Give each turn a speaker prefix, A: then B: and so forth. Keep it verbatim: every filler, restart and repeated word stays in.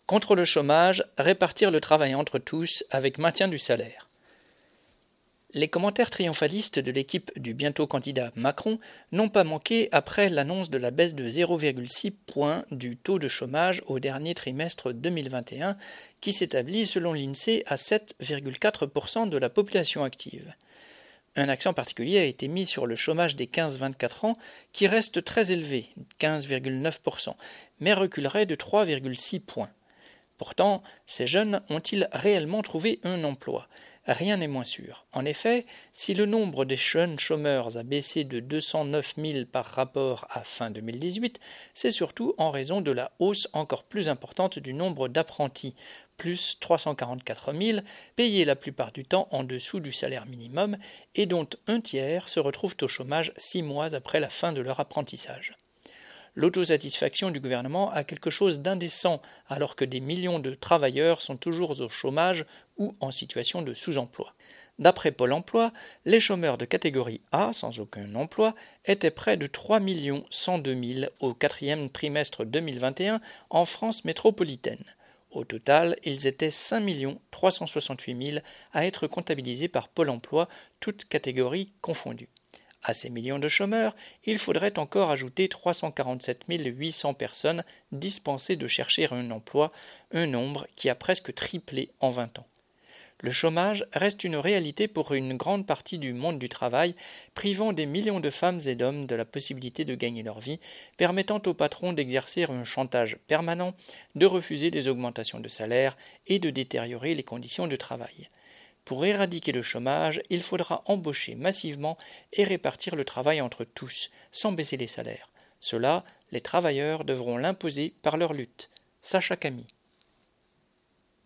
A: Contre le chômage, répartir le travail entre tous avec maintien du salaire. Les commentaires triomphalistes de l'équipe du bientôt candidat Macron n'ont pas manqué après l'annonce de la baisse de zéro virgule six points du taux de chômage au dernier trimestre deux mille vingt et un, qui s'établit selon l'INSEE à sept virgule quatre pour cent de la population active. Un accent particulier a été mis sur le chômage des quinze à vingt-quatre ans, qui reste très élevé, quinze virgule neuf pour cent, mais reculerait de trois virgule six points. Pourtant, ces jeunes ont-ils réellement trouvé un emploi ? Rien n'est moins sûr. En effet, si le nombre des jeunes chômeurs a baissé de deux cent neuf mille par rapport à fin deux mille dix-huit, c'est surtout en raison de la hausse encore plus importante du nombre d'apprentis, plus trois cent quarante-quatre mille, payés la plupart du temps en dessous du salaire minimum et dont un tiers se retrouvent au chômage six mois après la fin de leur apprentissage. L'autosatisfaction du gouvernement a quelque chose d'indécent alors que des millions de travailleurs sont toujours au chômage ou en situation de sous-emploi. D'après Pôle emploi, les chômeurs de catégorie A, sans aucun emploi, étaient près de trois millions cent deux mille au quatrième trimestre deux mille vingt et un en France métropolitaine. Au total, ils étaient cinq millions trois cent soixante-huit mille à être comptabilisés par Pôle emploi, toutes catégories confondues. À ces millions de chômeurs, il faudrait encore ajouter trois cent quarante-sept mille huit cents personnes dispensées de chercher un emploi, un nombre qui a presque triplé en vingt ans. Le chômage reste une réalité pour une grande partie du monde du travail, privant des millions de femmes et d'hommes de la possibilité de gagner leur vie, permettant aux patrons d'exercer un chantage permanent, de refuser des augmentations de salaire et de détériorer les conditions de travail. Pour éradiquer le chômage, il faudra embaucher massivement et répartir le travail entre tous, sans baisser les salaires. Cela, les travailleurs devront l'imposer par leur lutte. Sacha Camille.